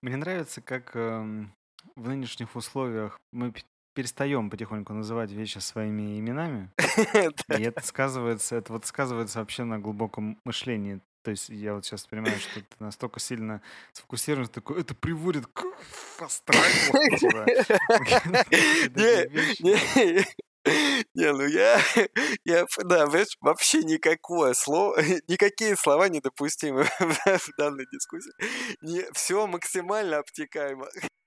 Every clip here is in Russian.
Мне нравится, как в нынешних условиях мы перестаем потихоньку называть вещи своими именами, Да. и это вот сказывается вообще на глубоком мышлении. То есть я вот сейчас понимаю, что ты настолько сильно сфокусирован, такой, это приводит к страху, типа, какие-то такие Не, вещи. не, не, ну да, понимаешь, вообще никакое слово, никакие слова недопустимы в данной дискуссии. Не, все максимально обтекаемо.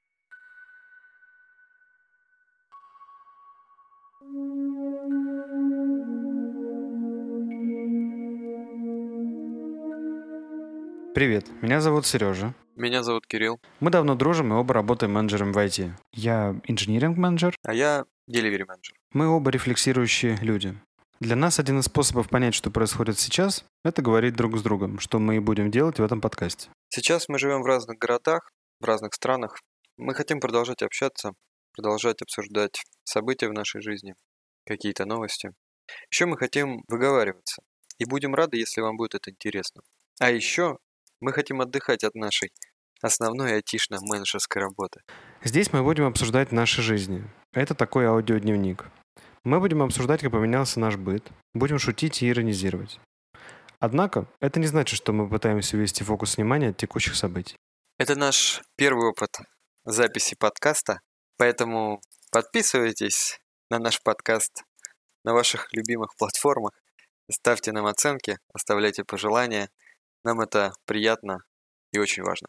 Привет, меня зовут Сережа. Меня зовут Кирилл, Мы давно дружим и оба работаем менеджером в IT. Я инжиниринг-менеджер. а я delivery менеджер. Мы оба рефлексирующие люди. Для нас один из способов понять, что происходит сейчас, это говорить друг с другом, что мы и будем делать в этом подкасте. Сейчас мы живем в разных городах, в разных странах. Мы хотим продолжать общаться, продолжать обсуждать события в нашей жизни, какие-то новости. Еще мы хотим выговариваться. И будем рады, если вам будет это интересно. А еще мы хотим отдыхать от нашей основной айтишно-менеджерской работы. Здесь мы будем обсуждать наши жизни. Это такой аудиодневник. Мы будем обсуждать, как поменялся наш быт, будем шутить и иронизировать. Однако, это не значит, что мы пытаемся увести фокус внимания от текущих событий. Это наш первый опыт записи подкаста, поэтому подписывайтесь на наш подкаст на ваших любимых платформах, ставьте нам оценки, оставляйте пожелания. Нам это приятно и очень важно.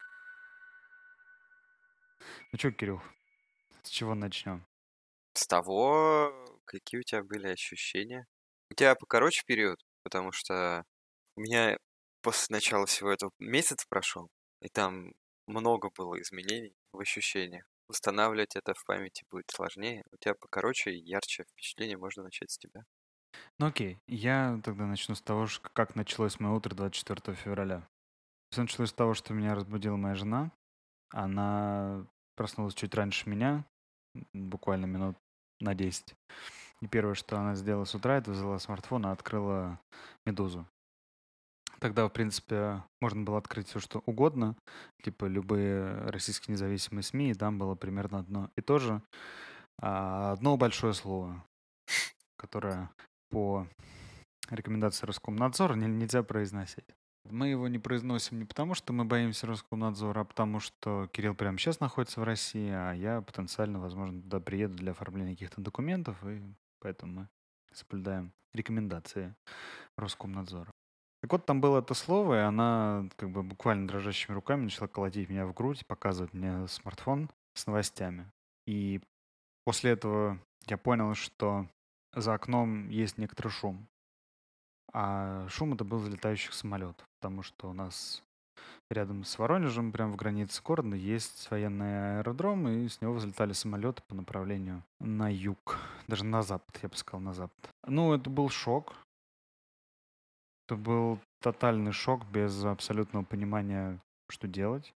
Ну что, Кирилл, с чего начнем? С того, какие у тебя были ощущения. У тебя покороче период, потому что у меня после начала всего этого месяц прошел, и там много было изменений в ощущениях. Устанавливать это в памяти будет сложнее. У тебя покороче и ярче впечатление, можно начать с тебя. Ну окей, я тогда начну с того, как началось мое утро 24 февраля. Все началось с того, что меня разбудила моя жена. Она проснулась чуть раньше меня, буквально минут на 10. И первое, что она сделала с утра, это взяла смартфон и открыла «Медузу». Тогда, в принципе, можно было открыть все, что угодно, типа любые российские независимые СМИ, и там было примерно одно и то же. Одно большое слово, которое по рекомендации Роскомнадзора нельзя произносить. Мы его не произносим не потому, что мы боимся Роскомнадзора, а потому что Кирилл прямо сейчас находится в России, а я потенциально, возможно, туда приеду для оформления каких-то документов, и поэтому мы соблюдаем рекомендации Роскомнадзора. Так вот, там было это слово, и она как бы буквально дрожащими руками начала колотить меня в грудь, показывать мне смартфон с новостями. И после этого я понял, что за окном есть некоторый шум. А шум это был взлетающих самолетов, потому что у нас рядом с Воронежем, прямо в границе города, есть военный аэродром, и с него взлетали самолеты по направлению на юг, даже на запад, я бы сказал, на запад. Ну, это был шок. Это был тотальный шок без абсолютного понимания, что делать.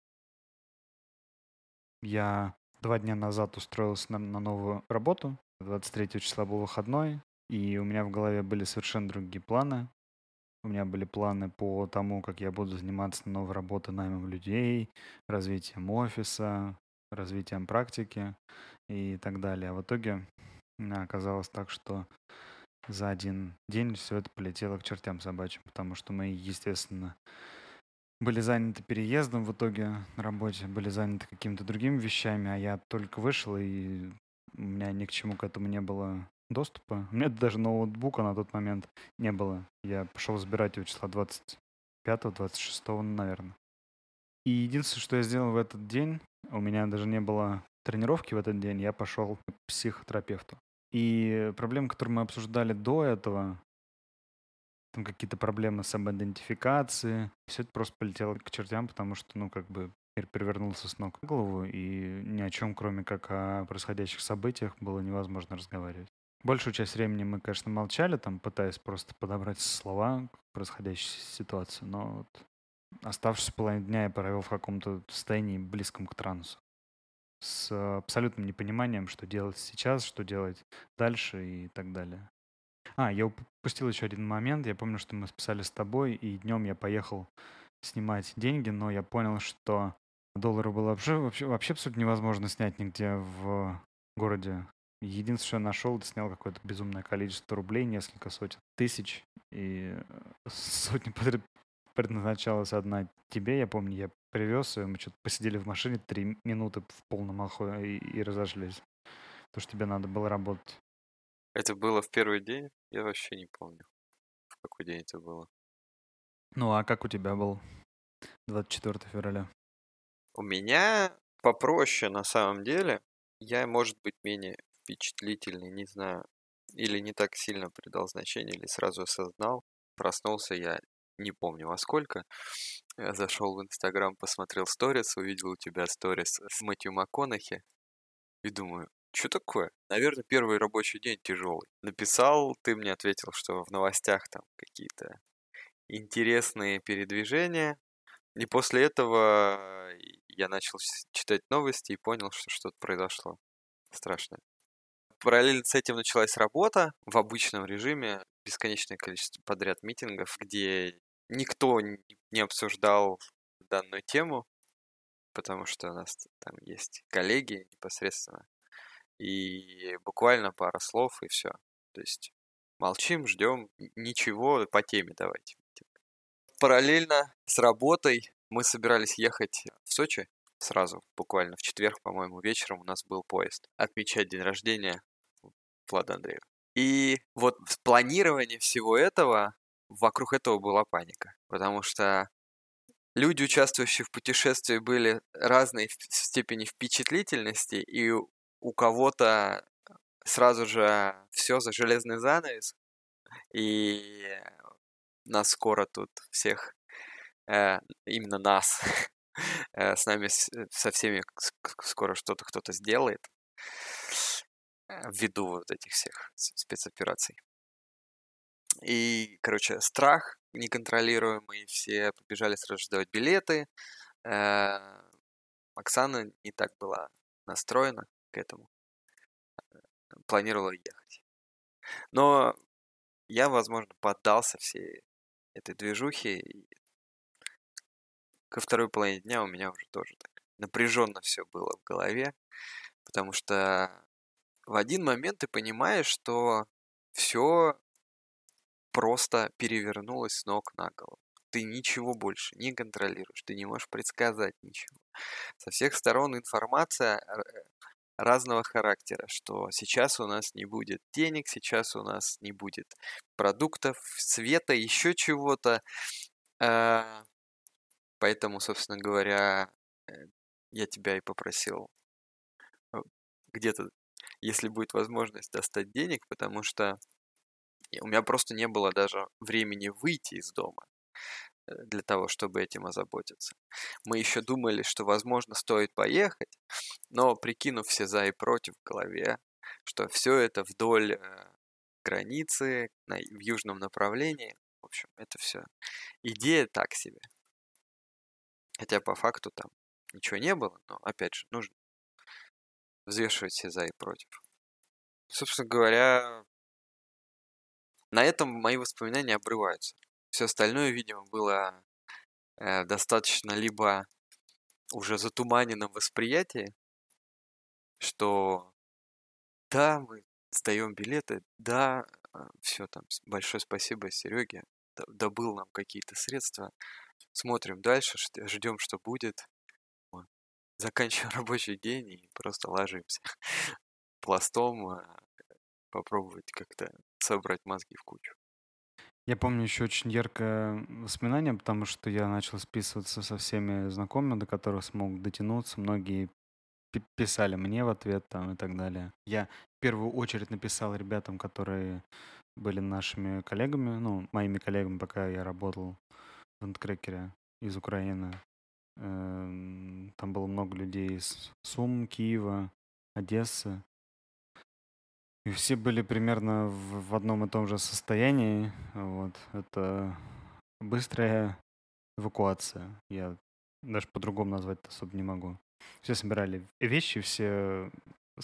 Я 2 дня назад устроился на новую работу. 23 числа был выходной, и у меня в голове были совершенно другие планы. У меня были планы по тому, как я буду заниматься на новой работе наймом людей, развитием офиса, развитием практики и так далее. А в итоге оказалось так, что за один день все это полетело к чертям собачьим, потому что мы, естественно, были заняты переездом в итоге на работе, были заняты какими-то другими вещами, а я только вышел, и у меня ни к чему к этому не было доступа. У меня даже ноутбука на тот момент не было. Я пошел забирать его числа 25-26, наверное. И единственное, что я сделал в этот день, у меня даже не было тренировки в этот день, я пошел к психотерапевту. И проблемы, которые мы обсуждали до этого, там какие-то проблемы с самоидентификацией. Все это просто полетело к чертям, потому что, ну, как бы мир перевернулся с ног на голову, и ни о чем, кроме как о происходящих событиях, было невозможно разговаривать. Большую часть времени мы, конечно, молчали, там, пытаясь просто подобрать слова к происходящей ситуации, но вот оставшуюся половину дня я провел в каком-то состоянии близком к трансу, с абсолютным непониманием, что делать сейчас, что делать дальше и так далее. Я упустил еще один момент. Я помню, что мы списали с тобой, и днем я поехал снимать деньги, но я понял, что Доллары было вообще абсолютно невозможно снять нигде в городе. Единственное, что я нашел, это снял какое-то безумное количество рублей, несколько сотен тысяч, и сотни предназначалась одна тебе. Я помню, я привез ее, мы что-то посидели в машине 3 минуты в полном ахуе и разошлись. Потому что тебе надо было работать. Это было в первый день? Я вообще не помню, в какой день это было. Ну, а как у тебя был 24 февраля? У меня попроще на самом деле. Я, может быть, менее впечатлительный, не знаю. Или не так сильно придал значение, или сразу осознал. Проснулся я не помню во сколько. Я зашел в Инстаграм, посмотрел сторис, увидел у тебя сторис с Мэтью МакКонахи. И думаю, что такое? Наверное, первый рабочий день тяжелый. Написал, ты мне ответил, что в новостях там какие-то интересные передвижения. И после этого я начал читать новости и понял, что что-то произошло страшное. Параллельно с этим началась работа в обычном режиме, бесконечное количество подряд митингов, где никто не обсуждал данную тему, потому что у нас там есть коллеги непосредственно, и буквально пара слов и все. То есть молчим, ждем, ничего по теме давайте. Параллельно с работой мы собирались ехать в Сочи сразу, буквально в четверг, по-моему, вечером у нас был поезд отмечать день рождения Влада Андреева. И вот в планировании всего этого, вокруг этого была паника, потому что люди, участвующие в путешествии, были разной степени впечатлительности, и у кого-то сразу же все за железный занавес, и нас скоро тут всех, именно нас, с нами со всеми скоро что-то кто-то сделает ввиду вот этих всех спецопераций. И, короче, страх неконтролируемый, все побежали сразу сдавать билеты. Оксана не так была настроена к этому, планировала ехать. Но я, возможно, поддался всей этой движухе, и ко второй половине дня у меня уже тоже так напряженно все было в голове, потому что в один момент ты понимаешь, что все просто перевернулось с ног на голову. Ты ничего больше не контролируешь, ты не можешь предсказать ничего. Со всех сторон информация разного характера, что сейчас у нас не будет денег, сейчас у нас не будет продуктов, света, еще чего-то. Поэтому, собственно говоря, я тебя и попросил где-то, если будет возможность, достать денег, потому что у меня просто не было даже времени выйти из дома для того, чтобы этим озаботиться. Мы еще думали, что, возможно, стоит поехать, но прикинув все за и против в голове, что все это вдоль границы, в южном направлении, в общем, это все идея так себе. Хотя по факту там ничего не было, но, опять же, нужно взвешивать все за и против. Собственно говоря, на этом мои воспоминания обрываются. Все остальное, видимо, было достаточно либо уже затуманенном восприятии, что да, мы сдаем билеты, да, все там, большое спасибо Сереге, добыл нам какие-то средства, смотрим дальше, ждем, что будет, вот. Заканчиваем рабочий день и просто ложимся пластом, попробовать как-то собрать мозги в кучу. Я помню еще очень яркое воспоминание, потому что я начал списываться со всеми знакомыми, до которых смог дотянуться. Многие писали мне в ответ там и так далее. Я в первую очередь написал ребятам, которые были нашими коллегами, ну, моими коллегами, пока я работал в Анткракере из Украины. Там было много людей из Сум, Киева, Одессы. И все были примерно в одном и том же состоянии. Вот. Это быстрая эвакуация. Я даже по-другому назвать особо не могу. Все собирали вещи, все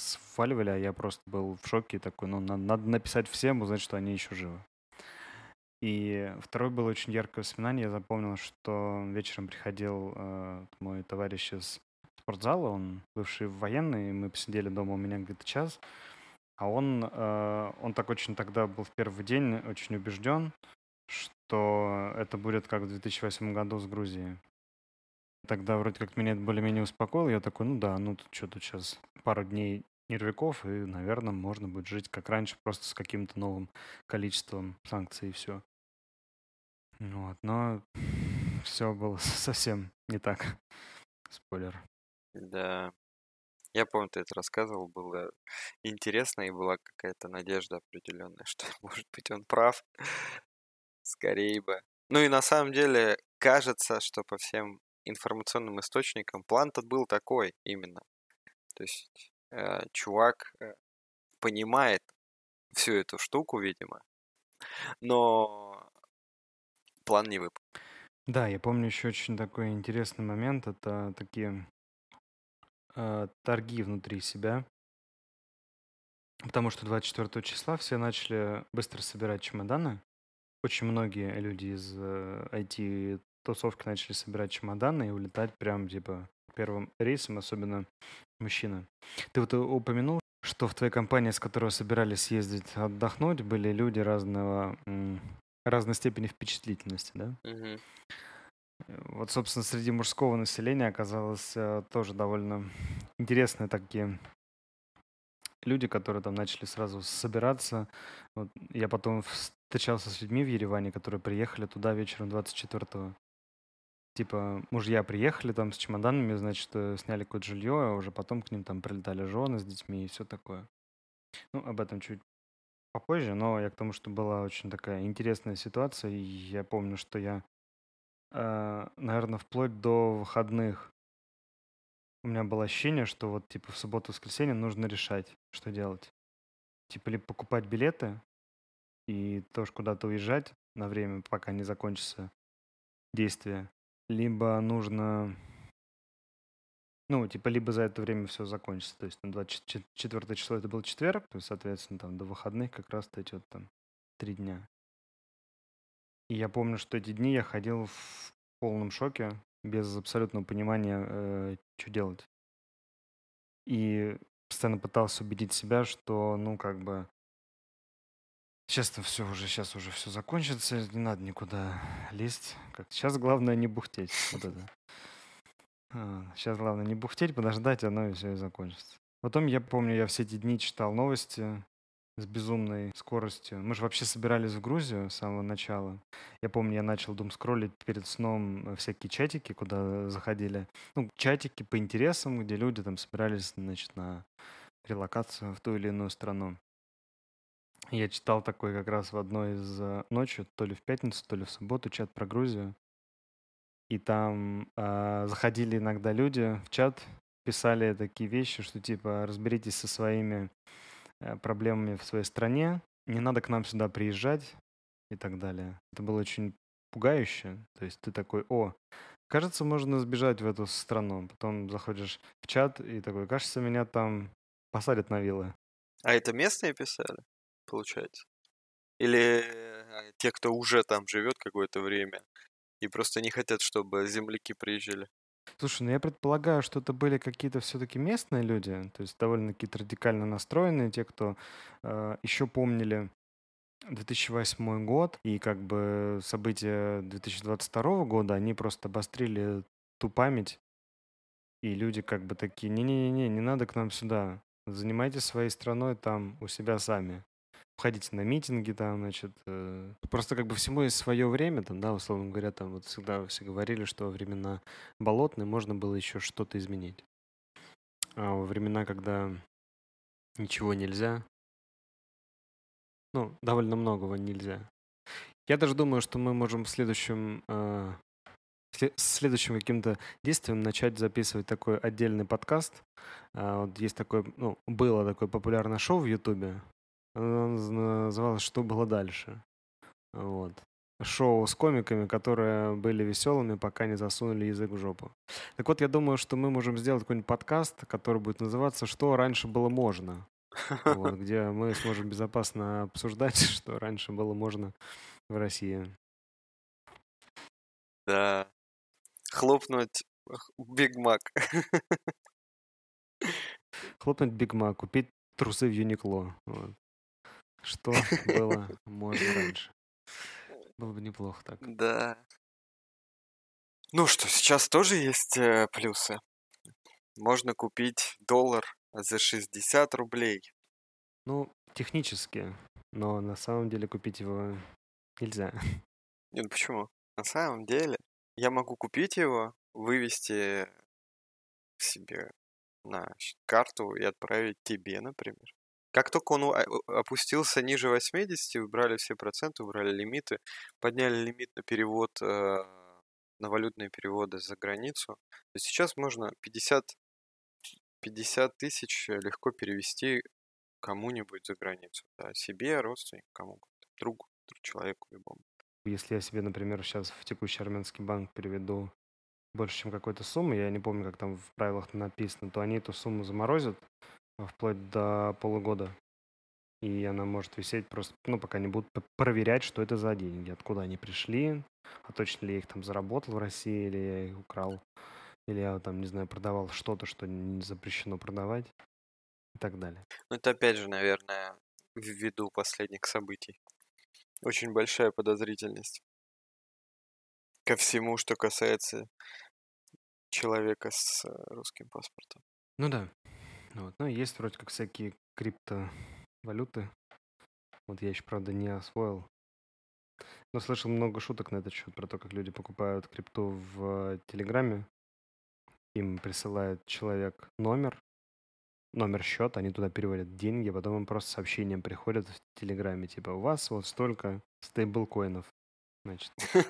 сваливали, а я просто был в шоке такой, ну, надо написать всем, узнать, что они еще живы. И второе было очень яркое воспоминание. Я запомнил, что вечером приходил мой товарищ из спортзала, он бывший военный, мы посидели дома у меня где-то час, а он так очень тогда был в первый день очень убежден, что это будет как в 2008 году с Грузией. Тогда вроде как меня это более-менее успокоило. Я такой, ну да, ну тут что, тут сейчас пару дней нервяков, и, наверное, можно будет жить как раньше, просто с каким-то новым количеством санкций и все. Вот, но все было совсем не так. Спойлер. Да. Я помню, ты это рассказывал, было интересно, и была какая-то надежда определенная, что, может быть, он прав, скорее бы. Ну и на самом деле, кажется, что по всем информационным источникам план тот был такой именно. То есть чувак понимает всю эту штуку, видимо, но план не выполнен. Да, я помню еще очень такой интересный момент. Это такие торги внутри себя. Потому что 24 числа все начали быстро собирать чемоданы. Очень многие люди из IT-тусовки начали собирать чемоданы и улетать прям, типа, первым рейсом, особенно мужчины. Ты вот упомянул, что в твоей компании, с которой собирались съездить отдохнуть, были люди разной степени впечатлительности, да? Мгм. Вот, собственно, среди мужского населения оказалось тоже довольно интересные такие люди, которые там начали сразу собираться. Вот я потом встречался с людьми в Ереване, которые приехали туда вечером 24-го. Типа мужья приехали там с чемоданами, значит, сняли какое-то жилье, а уже потом к ним там прилетали жены с детьми и все такое. Ну, об этом чуть попозже, но я к тому, что была очень такая интересная ситуация. И я помню, что я, наверное, вплоть до выходных у меня было ощущение, что вот типа в субботу-воскресенье нужно решать, что делать. Типа либо покупать билеты и тоже куда-то уезжать на время, пока не закончится действие, либо нужно, ну, типа, либо за это время все закончится. То есть на 24 число это был четверг, то есть, соответственно, там до выходных как раз эти вот там 3 дня. И я помню, что эти дни я ходил в полном шоке, без абсолютного понимания, что делать. И постоянно пытался убедить себя, что, ну, как бы, сейчас уже все закончится, не надо никуда лезть. Как сейчас главное не бухтеть. Вот это. Сейчас главное не бухтеть, подождать, оно и все и закончится. Потом я помню, я все эти дни читал новости с безумной скоростью. Мы же вообще собирались в Грузию с самого начала. Я помню, я начал скроллить перед сном всякие чатики, куда заходили. Ну, чатики по интересам, где люди там собирались, значит, на релокацию в ту или иную страну. Я читал такой как раз в одной из ночи, то ли в пятницу, то ли в субботу, чат про Грузию. И там заходили иногда люди в чат, писали такие вещи, что типа разберитесь со своими проблемами в своей стране, не надо к нам сюда приезжать и так далее. Это было очень пугающе. То есть ты такой, о, кажется, можно сбежать в эту страну. Потом заходишь в чат и такой, кажется, меня там посадят на вилы. А это местные писали, получается? Или те, кто уже там живет какое-то время и просто не хотят, чтобы земляки приезжали? Слушай, ну я предполагаю, что это были какие-то все-таки местные люди, то есть довольно какие-то радикально настроенные, те, кто еще помнили 2008 год и как бы события 2022 года, они просто обострили ту память, и люди как бы такие, не-не-не, не надо к нам сюда, занимайтесь своей страной там у себя сами. Ходите на митинги там, значит, просто как бы всему есть свое время, там, да, условно говоря, там вот всегда все говорили, что во времена болотные можно было еще что-то изменить. А во времена, когда ничего нельзя, ну, довольно многого нельзя. Я даже думаю, что мы можем в следующим каким-то действием начать записывать такой отдельный подкаст. Вот есть такое, ну, было такое популярное шоу в Ютубе. Оно называлось «Что было дальше?». Вот. Шоу с комиками, которые были веселыми, пока не засунули язык в жопу. Так вот, я думаю, что мы можем сделать какой-нибудь подкаст, который будет называться «Что раньше было можно?». вот, где мы сможем безопасно обсуждать, что раньше было можно в России. Да. Хлопнуть Биг Мак. Хлопнуть Биг Мак, купить трусы в Юникло. Вот. Что было можно раньше. Было бы неплохо так. Да. Ну что, сейчас тоже есть плюсы. Можно купить доллар за 60 рублей. Ну, технически, но на самом деле купить его нельзя. Нет, почему? На самом деле, я могу купить его, вывести себе на карту и отправить тебе, например. Как только он опустился ниже 80, убрали все проценты, убрали лимиты, подняли лимит на перевод, на валютные переводы за границу, то сейчас можно 50 тысяч легко перевести кому-нибудь за границу. Да, себе, родственнику, кому-то, другу, человеку любому. Если я себе, например, сейчас в текущий армянский банк переведу больше, чем какой-то суммы, я не помню, как там в правилах написано, то они эту сумму заморозят вплоть до полугода. И она может висеть просто, ну, пока не будут проверять, что это за деньги, откуда они пришли, а точно ли я их там заработал в России, или я их украл, или я там, не знаю, продавал что-то, что не запрещено продавать и так далее. Ну, это опять же, наверное, ввиду последних событий. Очень большая подозрительность ко всему, что касается человека с русским паспортом. Ну да. Вот. Ну, есть вроде как всякие криптовалюты. Вот я еще, правда, не освоил. Но слышал много шуток на этот счет, про то, как люди покупают крипту в Телеграме. Им присылает человек номер счета, они туда переводят деньги, а потом им просто сообщением приходят в Телеграме, типа, у вас вот столько стейблкоинов. Значит,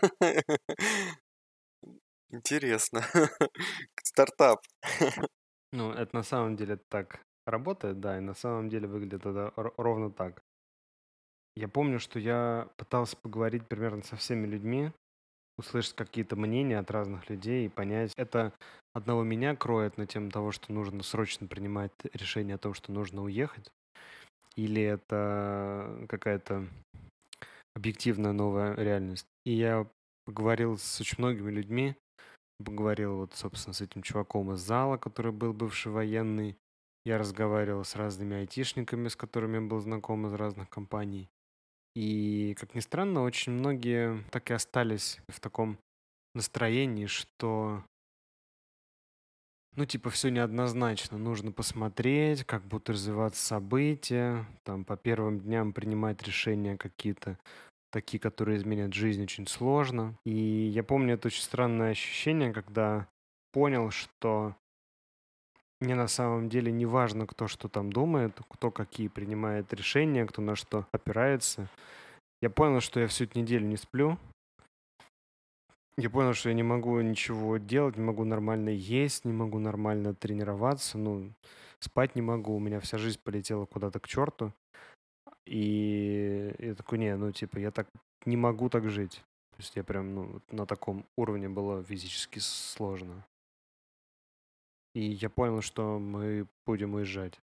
Интересно. Стартап. ну, это на самом деле так работает, да, и на самом деле выглядит это ровно так. Я помню, что я пытался поговорить примерно со всеми людьми, услышать какие-то мнения от разных людей и понять, это одного меня кроет на тему того, что нужно срочно принимать решение о том, что нужно уехать, или это какая-то объективная новая реальность. И я поговорил с очень многими людьми, поговорил вот, собственно, с этим чуваком из зала, который был бывший военный. Я разговаривал с разными айтишниками, с которыми я был знаком из разных компаний. И, как ни странно, очень многие так и остались в таком настроении, что, ну, типа, все неоднозначно. Нужно посмотреть, как будут развиваться события, там, по первым дням принимать решения какие-то такие, которые изменят жизнь, очень сложно. И я помню это очень странное ощущение, когда понял, что мне на самом деле не важно, кто что там думает, кто какие принимает решения, кто на что опирается. Я понял, что я всю эту неделю не сплю. Я понял, что я не могу ничего делать, не могу нормально есть, не могу нормально тренироваться, ну, спать не могу, у меня вся жизнь полетела куда-то к черту. И я такой, не, ну, типа, я так не могу так жить. То есть я прям, ну, вот на таком уровне было физически сложно. И я понял, что мы будем уезжать.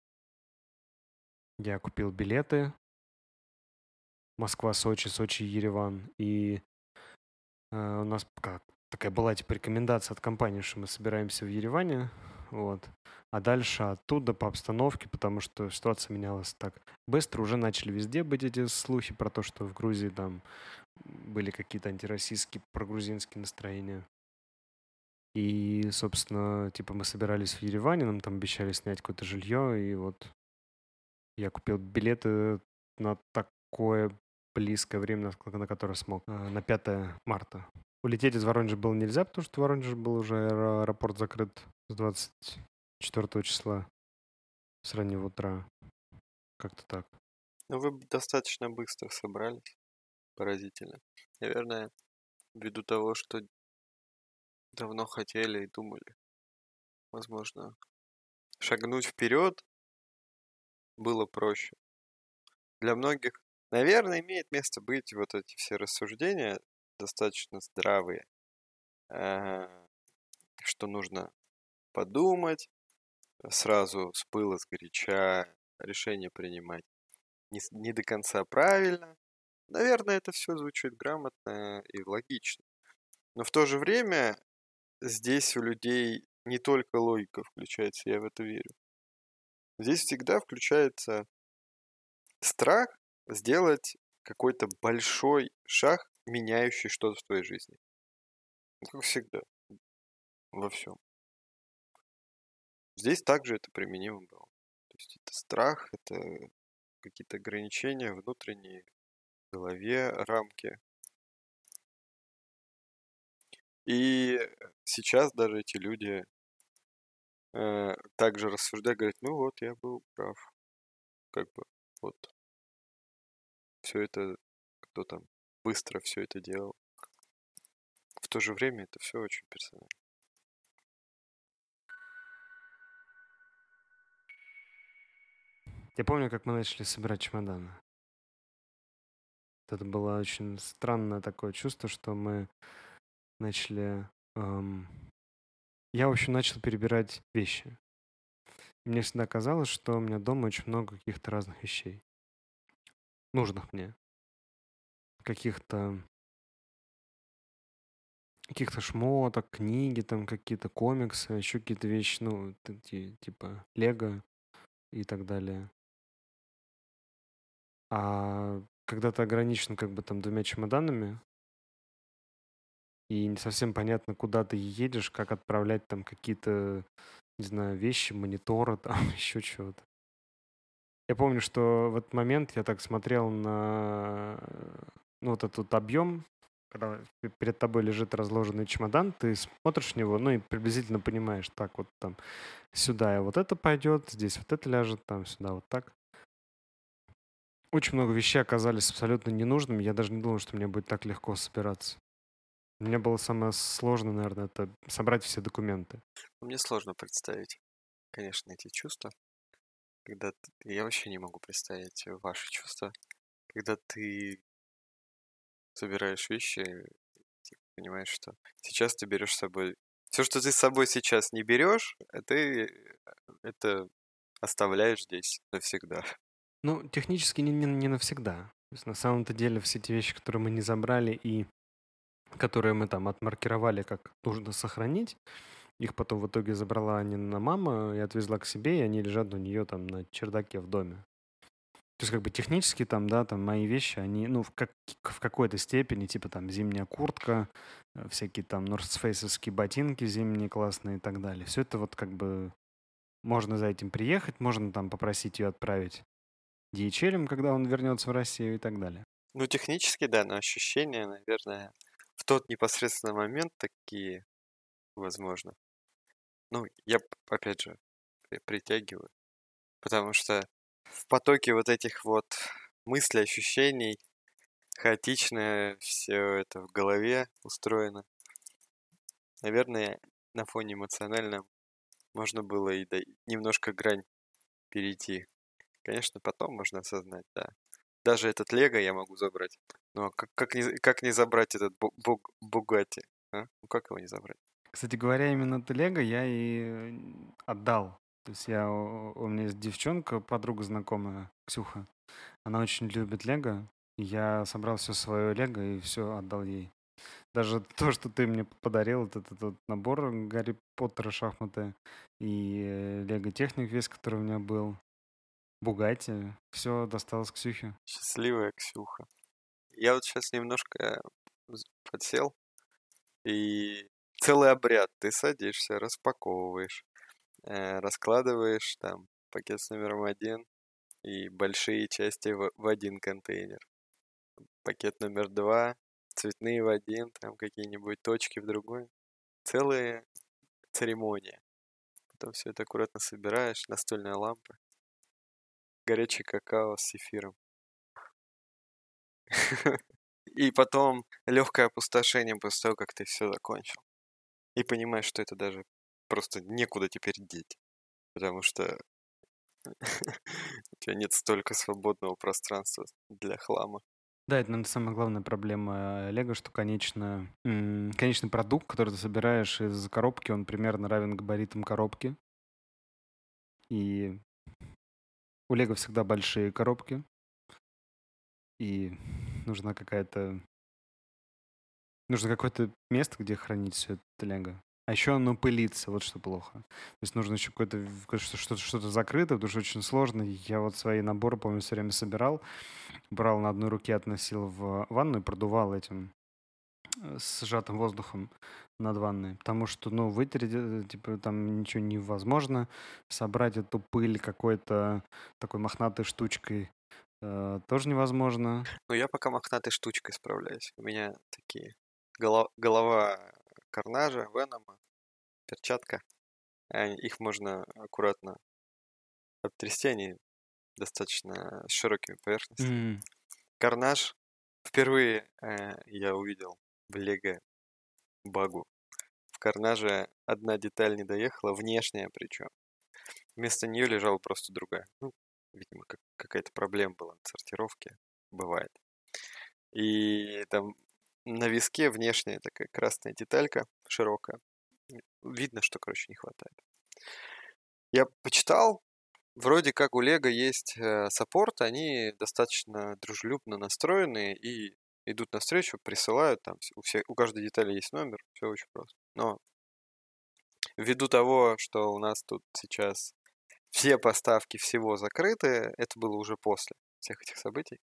Я купил билеты. Москва, Сочи, Сочи, Ереван. И у нас такая была типа рекомендация от компании, что мы собираемся в Ереване. Вот. А дальше оттуда по обстановке, потому что ситуация менялась так быстро. Уже начали везде быть эти слухи про то, что в Грузии там были какие-то антироссийские, прогрузинские настроения. И, собственно, типа мы собирались в Ереване, нам там обещали снять какое-то жилье, и вот я купил билеты на такое близкое время, на которое смог, на 5 марта. Улететь из Воронежа было нельзя, потому что в Воронеже был уже аэропорт закрыт с 24 числа с раннего утра. Как-то так. Ну, вы достаточно быстро собрались. Поразительно. Наверное, ввиду того, что давно хотели и думали. Возможно, шагнуть вперед было проще. Для многих, наверное, имеет место быть вот эти все рассуждения достаточно здравые, э, что нужно подумать, сразу с пыла, сгоряча решения принимать не до конца правильно. Наверное, это все звучит грамотно и логично. Но в то же время здесь у людей не только логика включается, я в это верю. Здесь всегда включается страх сделать какой-то большой шаг, меняющий что-то в твоей жизни. Ну, как всегда, во всем. Здесь также это применимо было. То есть это страх, это какие-то ограничения внутренние в голове, рамки. И сейчас даже эти люди также рассуждают, говорят, ну вот, я был прав. Как бы, вот, все это, кто там быстро все это делал. В то же время это все очень персонально. Я помню, как мы начали собирать чемоданы. Это было очень странное такое чувство, что мы начали... Я, в общем, начал перебирать вещи. И мне всегда казалось, что у меня дома очень много каких-то разных вещей. Нужных мне. Каких-то шмоток, книги, там какие-то комиксы, еще какие-то вещи, ну, типа Лего и так далее. А когда ты ограничен как бы там 2 чемоданами, и не совсем понятно, куда ты едешь, как отправлять там какие-то, не знаю, вещи, мониторы, там еще чего-то. Я помню, что в этот момент я так смотрел на ну, вот этот объем, когда перед тобой лежит разложенный чемодан, ты смотришь в него, ну и приблизительно понимаешь, так вот там сюда и вот это пойдет, здесь вот это ляжет, там сюда вот так. Очень много вещей оказались абсолютно ненужными. Я даже не думал, что мне будет так легко собираться. Мне было самое сложное, наверное, это собрать все документы. Мне сложно представить, конечно, эти чувства, когда я вообще не могу представить ваши чувства, когда ты собираешь вещи, ты понимаешь, что сейчас ты берешь с собой все, что ты с собой сейчас не берешь, ты это оставляешь здесь навсегда. Ну, технически не навсегда. То есть на самом-то деле все эти вещи, которые мы не забрали и которые мы там отмаркировали, как нужно сохранить, их потом в итоге забрала Нина мама и отвезла к себе, и они лежат у нее там на чердаке в доме. То есть как бы технически там, да, там мои вещи, они, ну, в какой-то степени, типа там зимняя куртка, всякие там норсфейсовские ботинки зимние классные и так далее. Все это вот как бы можно за этим приехать, можно там попросить ее отправить DHL, когда он вернется в Россию и так далее. Ну, технически, да, но ощущения, наверное, в тот непосредственный момент такие, возможно. Ну, я, опять же, притягиваю, потому что в потоке вот этих вот мыслей, ощущений, хаотично все это в голове устроено. Наверное, на фоне эмоциональном можно было и немножко грань перейти. Конечно, потом можно осознать, да. Даже этот Лего я могу забрать. Но как не забрать этот Бугатти? А? Ну как его не забрать? Кстати говоря, именно это Лего я и отдал. То есть у меня есть девчонка, подруга знакомая, Ксюха. Она очень любит Лего. И я собрал все свое Лего и все отдал ей. Даже то, что ты мне подарил, этот набор Гарри Поттера шахматы и Лего Техник весь, который у меня был, Бугатти, все досталось Ксюхе. Счастливая Ксюха. Я вот сейчас немножко подсел, и целый обряд. Ты садишься, распаковываешь, раскладываешь там пакет с номером 1 и большие части в один контейнер. Пакет номер 2, цветные в один, там какие-нибудь точки в другой. Целая церемония. Потом все это аккуратно собираешь, настольная лампа, горячий какао с эфиром. И потом легкое опустошение после того, как ты все закончил. И понимаешь, что это даже просто некуда теперь деть. Потому что у тебя нет столько свободного пространства для хлама. Да, это, наверное, самая главная проблема Лего, что конечный продукт, который ты собираешь из коробки, он примерно равен габаритам коробки. И У Лего всегда большие коробки, и нужна какая-то нужно какое-то место, где хранить все это Лего. А еще оно пылится, вот что плохо. То есть нужно еще что-то закрытое, потому что очень сложно. Я вот свои наборы, помню, все время собирал, брал на одной руке, относил в ванную, продувал этим с сжатым воздухом над ванной, потому что, ну, вытереть, типа, там ничего невозможно, собрать эту пыль какой-то такой мохнатой штучкой тоже невозможно. Ну, я пока мохнатой штучкой справляюсь. У меня такие голова Карнажа, Венома, перчатка. Их можно аккуратно обтрясти, они достаточно с широкими поверхностями. М, Карнаж впервые я увидел в Лего багу. В Карнаже одна деталь не доехала, внешняя причем. Вместо нее лежала просто другая. Ну, видимо, какая-то проблема была на сортировке. Бывает. И там на виске внешняя такая красная деталька, широкая. Видно, что, короче, не хватает. Я почитал, вроде как у Лего есть саппорт, они достаточно дружелюбно настроены и идут навстречу, присылают, там у каждой детали есть номер, все очень просто. Но ввиду того, что у нас тут сейчас все поставки всего закрыты, это было уже после всех этих событий,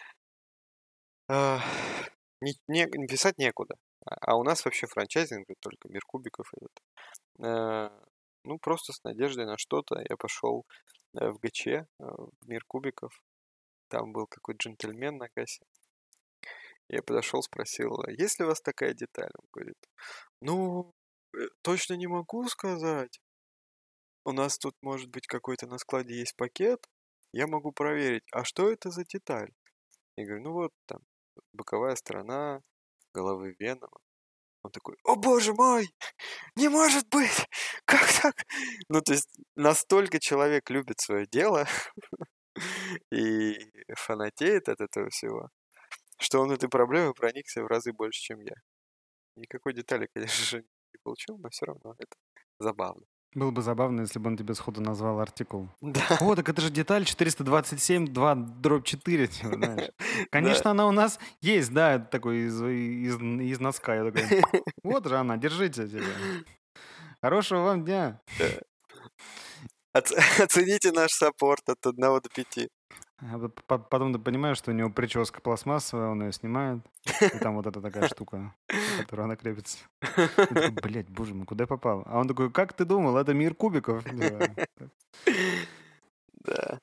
а, писать некуда. А у нас вообще франчайзинг, только мир кубиков этот. Ну, просто с надеждой на что-то я пошел в ГЧ, в мир кубиков. Там был какой-то джентльмен на кассе. Я подошел, спросил, есть ли у вас такая деталь? Он говорит, ну, точно не могу сказать. У нас тут, может быть, какой-то на складе есть пакет. Я могу проверить, а что это за деталь? Я говорю, ну вот там боковая сторона головы Венома. Он такой, о боже мой, не может быть, как так? Ну, то есть настолько человек любит свое дело и фанатеет от этого всего, что он этой проблемой проникся в разы больше, чем я. Никакой детали, конечно же, не получил, но все равно это забавно. Было бы забавно, если бы он тебе сходу назвал артикул. Да, О, так это же деталь 427, 2/4, типа, знаешь. да. Конечно, она у нас есть, да, это такой из носка. Я такой, вот же она, держите тебя. Хорошего вам дня. Да. Оцените наш саппорт от 1 до 5. А потом ты понимаешь, что у него прическа пластмассовая, он ее снимает, и там вот эта такая штука, на которую она крепится. И такой, блядь, боже мой, куда я попал? А он такой, как ты думал, это мир кубиков? Да. Да.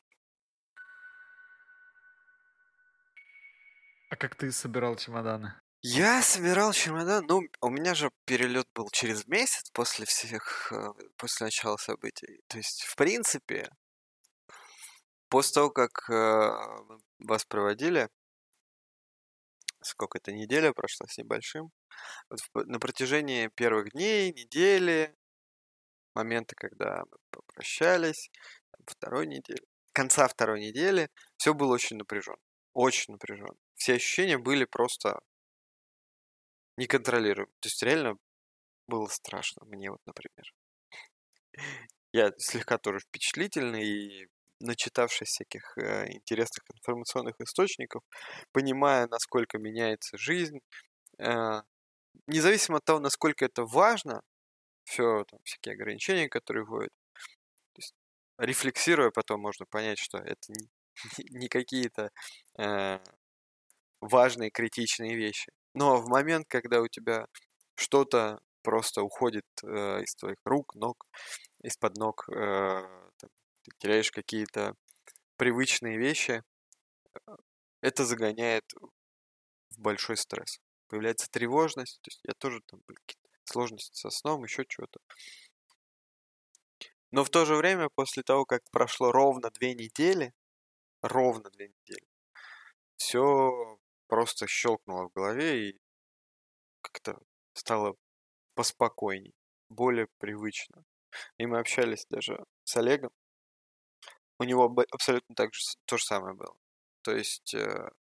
А как ты собирал чемоданы? Я собирал чемодан, ну, у меня же перелет был через месяц после начала событий. То есть, в принципе, после того, как мы вас проводили, сколько это, неделя прошла с небольшим, вот на протяжении первых дней, недели, момента, когда мы попрощались, второй недели, конца второй недели, все было очень напряженно. Очень напряженно. Все ощущения были просто неконтролируемы. То есть реально было страшно мне вот, например. Я слегка тоже впечатлительный и начитавшись всяких интересных информационных источников, понимая, насколько меняется жизнь, э, независимо от того, насколько это важно, все там всякие ограничения, которые вводят, то есть рефлексируя потом можно понять, что это не какие-то э, важные критичные вещи. Но в момент, когда у тебя что-то просто уходит из твоих рук, ног, из-под ног, там, ты теряешь какие-то привычные вещи, это загоняет в большой стресс. Появляется тревожность, то есть я тоже там были какие-то сложности со сном, еще чего-то. Но в то же время, после того, как прошло ровно 2 недели, все просто щелкнуло в голове и как-то стало поспокойней, более привычно. И мы общались даже с Олегом. У него абсолютно то же самое было. То есть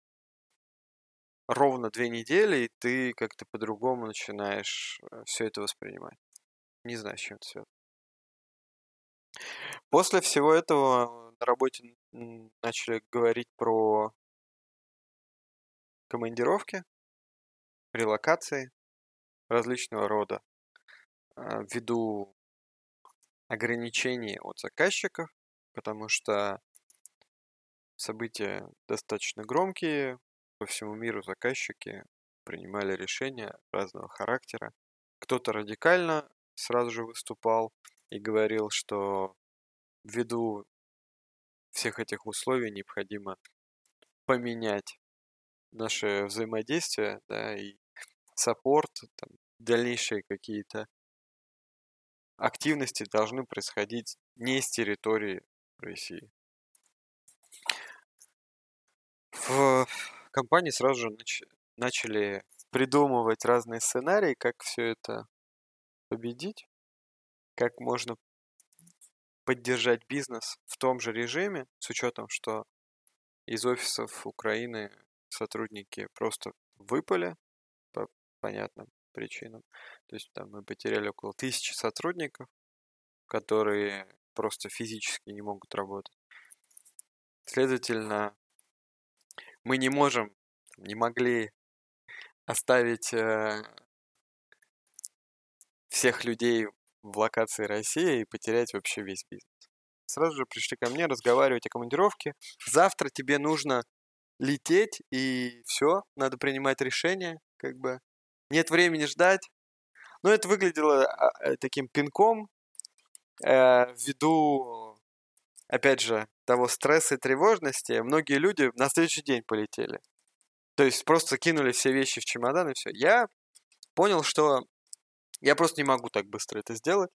ровно 2 недели, и ты как-то по-другому начинаешь все это воспринимать. Не знаю, с чем это связано. После всего этого на работе начали говорить про командировки, релокации различного рода ввиду ограничений от заказчиков, потому что события достаточно громкие, по всему миру заказчики принимали решения разного характера. Кто-то радикально сразу же выступал и говорил, что ввиду всех этих условий необходимо поменять наше взаимодействие, да, и саппорт, там, дальнейшие какие-то активности должны происходить не с территории России. В компании сразу же начали придумывать разные сценарии, как все это победить, как можно поддержать бизнес в том же режиме, с учетом, что из офисов Украины сотрудники просто выпали по понятным причинам. То есть там мы потеряли около 1000 сотрудников, которые просто физически не могут работать. Следовательно, мы не могли оставить всех людей в локации России и потерять вообще весь бизнес. Сразу же пришли ко мне разговаривать о командировке. Завтра тебе нужно лететь, и все, надо принимать решение, как бы. Нет времени ждать. Но это выглядело таким пинком ввиду, опять же, того стресса и тревожности. Многие люди на следующий день полетели. То есть просто кинули все вещи в чемодан и все. Я понял, что я просто не могу так быстро это сделать.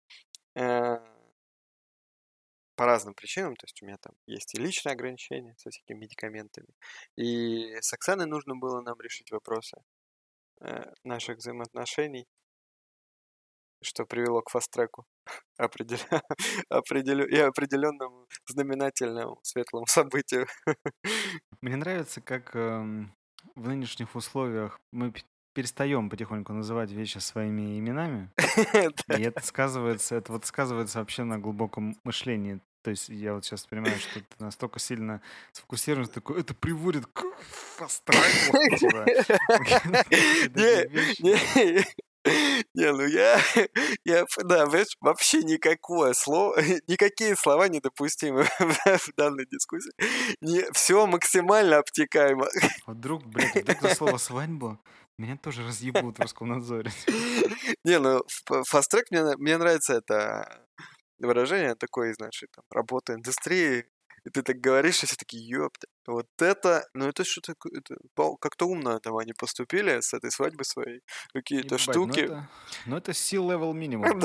По разным причинам. То есть у меня там есть и личные ограничения со всякими медикаментами. И с Оксаной нужно было нам решить вопросы наших взаимоотношений, что привело к фаст-треку и определенному знаменательному светлому событию. Мне нравится, как в нынешних условиях мы перестаем потихоньку называть вещи своими именами, и это сказывается вообще на глубоком мышлении. То есть я вот сейчас понимаю, что ты настолько сильно сфокусирован, что такой, это приводит к фаст-треку, типа, такие вещи. Не, ну да, знаешь, вообще никакое слово, никакие слова недопустимы в данной дискуссии. Все максимально обтекаемо. Вдруг за слово «свадьба» меня тоже разъебут в Роскомнадзоре. Не, ну фаст-трек, мне нравится это выражение такое из нашей там работы индустрии. И ты так говоришь, и все такие, ёпта, вот это, ну это что такое, как-то умно там они поступили с этой свадьбы своей, какие-то Ебать, штуки. это C-level минимум.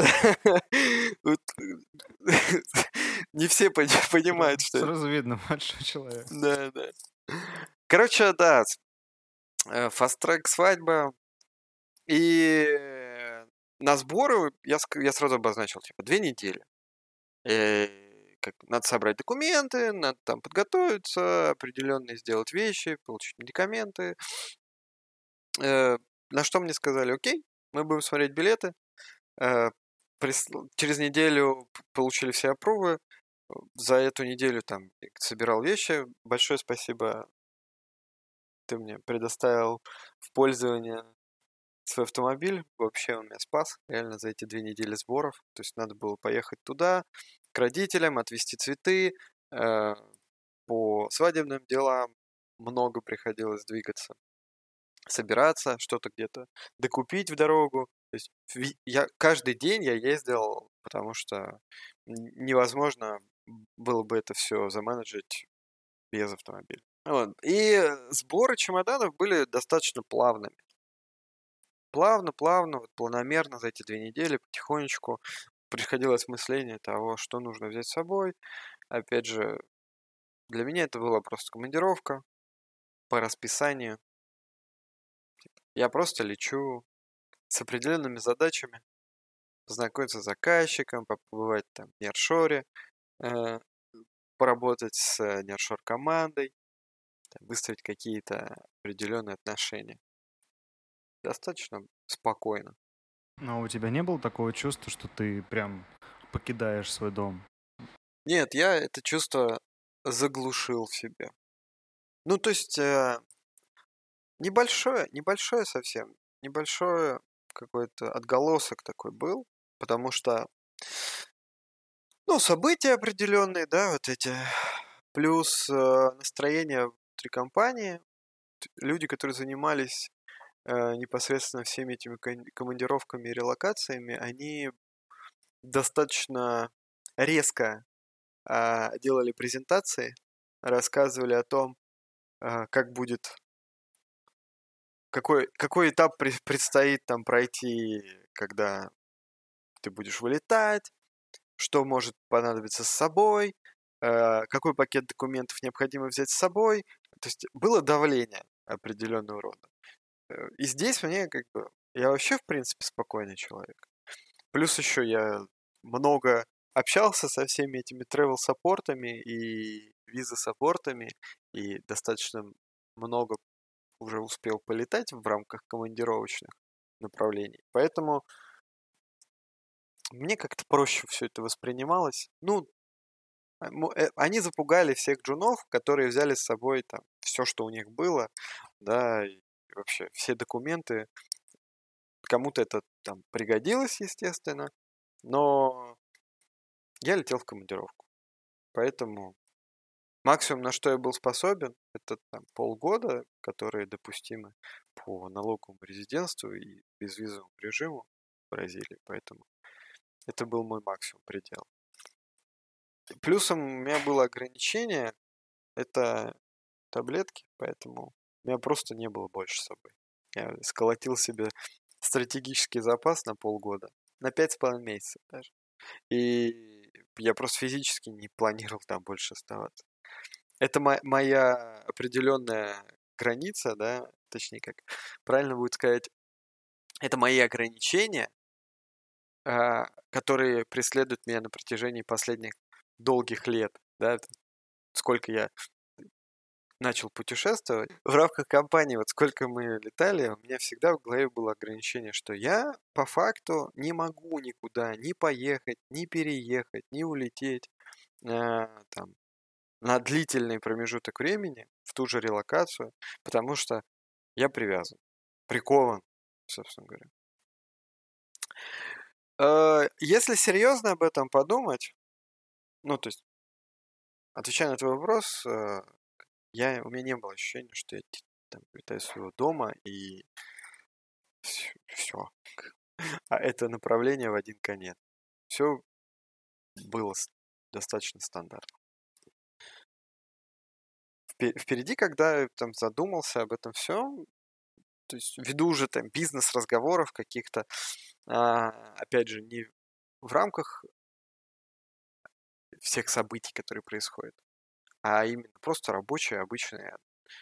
Не все понимают, что это. Сразу видно, большой человек. Да. Короче, да, фаст-трек свадьба. И на сборы я сразу обозначил, типа, 2 недели. Надо собрать документы, надо там подготовиться, определенные сделать вещи, получить медикаменты. На что мне сказали, окей, мы будем смотреть билеты. Через неделю получили все аппрувы. За эту неделю там собирал вещи. Большое спасибо, ты мне предоставил в пользование свой автомобиль. Вообще он меня спас реально за эти 2 недели сборов. То есть надо было поехать туда, к родителям, отвезти цветы. По свадебным делам много приходилось двигаться, собираться, что-то где-то докупить в дорогу. То есть каждый день я ездил, потому что невозможно было бы это все заменеджить без автомобиля. Вот. И сборы чемоданов были достаточно плавными. Плавно, вот планомерно за эти 2 недели потихонечку приходило осмысление того, что нужно взять с собой. Опять же, для меня это была просто командировка по расписанию. Я просто лечу с определенными задачами, познакомиться с заказчиком, побывать там в неаршоре, поработать с неаршор командой, выстроить какие-то определенные отношения. Достаточно спокойно. Но у тебя не было такого чувства, что ты прям покидаешь свой дом? Нет, я это чувство заглушил в себе. Ну, то есть небольшое совсем, небольшой какой-то отголосок такой был, потому что, ну, события определенные, да, вот эти, плюс настроение внутри компании, люди, которые занимались непосредственно всеми этими командировками и релокациями, они достаточно резко делали презентации, рассказывали о том, как будет, какой этап предстоит там пройти, когда ты будешь вылетать, что может понадобиться с собой, какой пакет документов необходимо взять с собой. То есть было давление определенного рода. И здесь мне как бы... Я вообще, в принципе, спокойный человек. Плюс еще я много общался со всеми этими travel-саппортами и виза-саппортами, и достаточно много уже успел полетать в рамках командировочных направлений. Поэтому мне как-то проще все это воспринималось. Ну, они запугали всех джунов, которые взяли с собой там все, что у них было, да, и вообще все документы. Кому-то это там пригодилось, естественно, но я летел в командировку. Поэтому максимум, на что я был способен, это там полгода, которые допустимы по налоговому резидентству и безвизовому режиму в Бразилии. Поэтому это был мой максимум предел. Плюсом у меня было ограничение, это таблетки, поэтому у меня просто не было больше с собой. Я сколотил себе стратегический запас на полгода, на 5,5 месяцев даже. И я просто физически не планировал там больше оставаться. Это моя определенная граница, да, точнее как, правильно будет сказать, это мои ограничения, которые преследуют меня на протяжении последних долгих лет, да, сколько я начал путешествовать. В рамках компании, вот сколько мы летали, у меня всегда в голове было ограничение, что я по факту не могу никуда ни поехать, ни переехать, ни улететь там, на длительный промежуток времени в ту же релокацию, потому что я привязан, прикован, собственно говоря. Если серьезно об этом подумать, ну, то есть, отвечая на твой вопрос, у меня не было ощущения, что я там летаю из своего дома и все. А это направление в один конец. Все было достаточно стандартно. Впереди, когда я там задумался об этом всем, то есть ввиду уже там бизнес-разговоров каких-то, опять же, не в рамках всех событий, которые происходят, а именно просто рабочие, обычные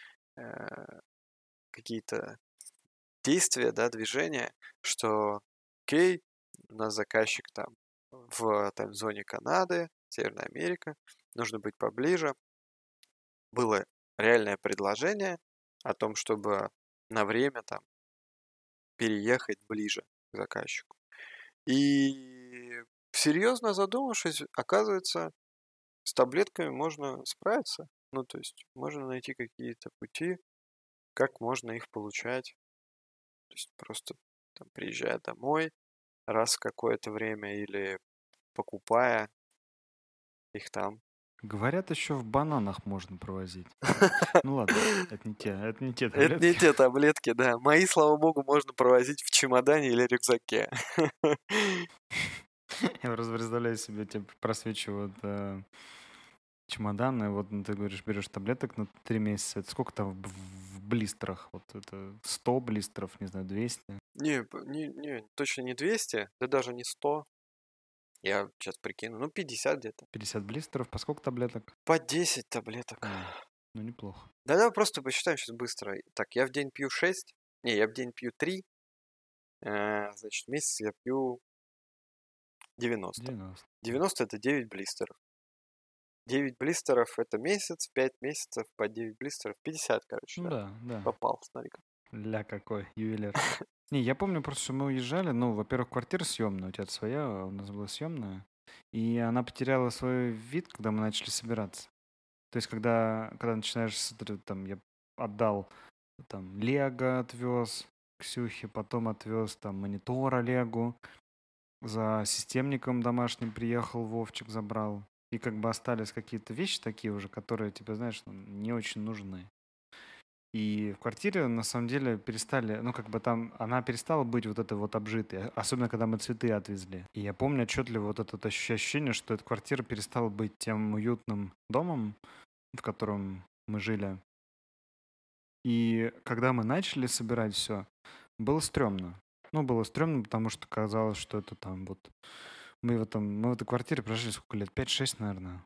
какие-то действия, да, движения, что окей, у нас заказчик там в тайм-зоне Канады, Северная Америка, нужно быть поближе. Было реальное предложение о том, чтобы на время там переехать ближе к заказчику. И серьезно задумавшись, оказывается, с таблетками можно справиться. Ну, то есть можно найти какие-то пути, как можно их получать. То есть просто там, приезжая домой раз в какое-то время или покупая их там. Говорят, еще в бананах можно провозить. Ну ладно, это не те Это не таблетки. те таблетки, да. Мои, слава богу, можно провозить в чемодане или рюкзаке. Я просто представляю себе, тебе просвечивают чемоданы, вот ты говоришь, берешь таблеток на 3 месяца, это сколько там в блистерах? Вот это 100 блистеров, не знаю, 200? Не, точно не 200, да даже не 100. Я сейчас прикину, ну 50 где-то. 50 блистеров, по сколько таблеток? По 10 таблеток. Ну, неплохо. Да, давай просто посчитаем сейчас быстро. Так, я в день пью 6, не, я в день пью 3, значит, в месяц я пью 90. 90. 90 это 9 блистеров. 9 блистеров это месяц, 5 месяцев по 9 блистеров, 50, короче, Ну да. да. Попал, смотри-ка. Ля какой, ювелир. Не, я помню просто, что мы уезжали, ну, во-первых, квартира съемная, у тебя своя, а у нас была съемная, и она потеряла свой вид, когда мы начали собираться. То есть, когда начинаешь смотреть, там, я отдал там Лего отвез Ксюхе, потом отвез там монитор Олегу, за системником домашним приехал, Вовчик забрал. И как бы остались какие-то вещи такие уже, которые тебе, знаешь, не очень нужны. И в квартире, на самом деле, перестали, ну, как бы там, она перестала быть вот этой вот обжитой, особенно когда мы цветы отвезли. И я помню отчетливо вот это ощущение, что эта квартира перестала быть тем уютным домом, в котором мы жили. И когда мы начали собирать все, было стрёмно. Ну, было стрёмно, потому что казалось, что это там вот... Мы в этой квартире прожили сколько лет? 5-6, наверное.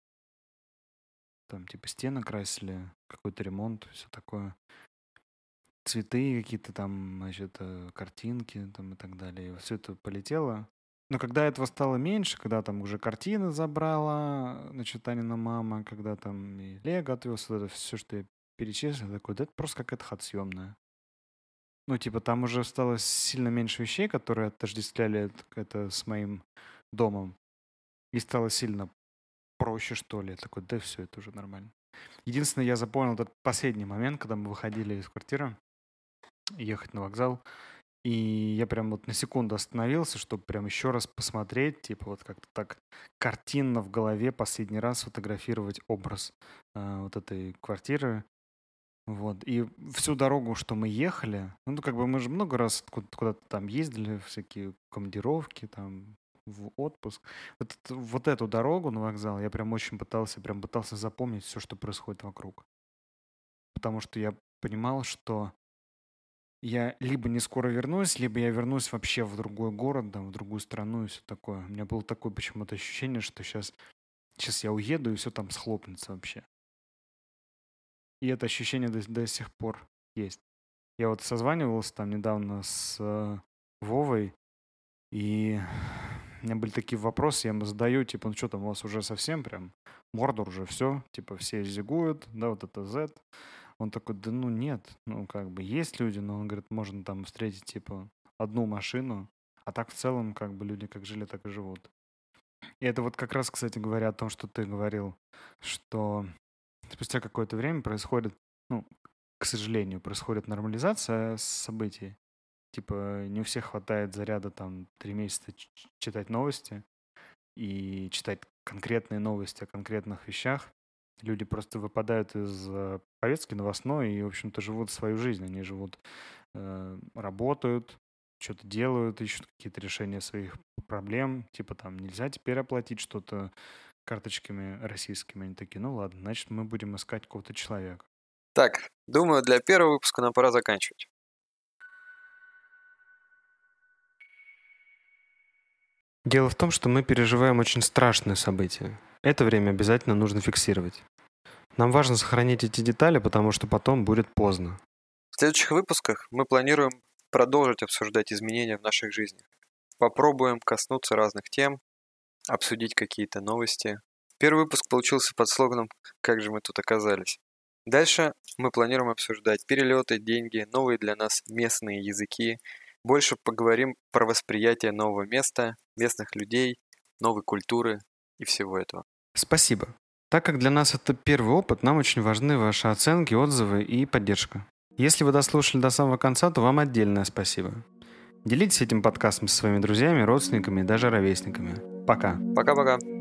Там типа стены красили, какой-то ремонт, все такое. Цветы какие-то там, значит, картинки там и так далее. Все это полетело. Но когда этого стало меньше, когда там уже картины забрала, значит, Танина мама, когда там и Лего отвез, вот это все, что я перечислил, такой, да это просто какая-то хата съемная. Ну, типа, там уже стало сильно меньше вещей, которые отождествляли это с моим домом. И стало сильно проще, что ли. Я такой, да все, это уже нормально. Единственное, я запомнил этот последний момент, когда мы выходили из квартиры, ехать на вокзал. И я прям вот на секунду остановился, чтобы прям еще раз посмотреть, типа вот как-то так картинно в голове последний раз фотографировать образ вот этой квартиры. Вот. И всю дорогу, что мы ехали, ну, как бы мы же много раз куда-то там ездили, всякие командировки, там, в отпуск. Вот эту дорогу на вокзал я прям очень пытался запомнить все, что происходит вокруг. Потому что я понимал, что я либо не скоро вернусь, либо я вернусь вообще в другой город, да, в другую страну и все такое. У меня было такое почему-то ощущение, что сейчас я уеду, и все там схлопнется вообще. И это ощущение до сих пор есть. Я вот созванивался там недавно с Вовой, и у меня были такие вопросы, я ему задаю, типа, ну что там, у вас уже совсем прям Мордор уже все, типа, все зигуют, да, вот это Z. Он такой, да ну нет, ну как бы есть люди, но он говорит, можно там встретить, типа, одну машину, а так в целом, как бы люди как жили, так и живут. И это вот как раз, кстати говоря, о том, что ты говорил, что спустя какое-то время происходит, ну, к сожалению, происходит нормализация событий. Типа не у всех хватает заряда там 3 месяца читать новости и читать конкретные новости о конкретных вещах. Люди просто выпадают из повестки новостной и, в общем-то, живут свою жизнь. Они живут, работают, что-то делают, ищут какие-то решения своих проблем. Типа там нельзя теперь оплатить что-то карточками российскими. Они такие, ну ладно, значит, мы будем искать какого-то человека. Так, думаю, для первого выпуска нам пора заканчивать. Дело в том, что мы переживаем очень страшные события. Это время обязательно нужно фиксировать. Нам важно сохранить эти детали, потому что потом будет поздно. В следующих выпусках мы планируем продолжить обсуждать изменения в наших жизнях. Попробуем коснуться разных тем, обсудить какие-то новости. Первый выпуск получился под слоганом «Как же мы тут оказались?». Дальше мы планируем обсуждать перелеты, деньги, новые для нас местные языки. Больше поговорим про восприятие нового места, местных людей, новой культуры и всего этого. Спасибо. Так как для нас это первый опыт, нам очень важны ваши оценки, отзывы и поддержка. Если вы дослушали до самого конца, то вам отдельное спасибо. Делитесь этим подкастом со своими друзьями, родственниками и даже ровесниками. Пока. Пока-пока.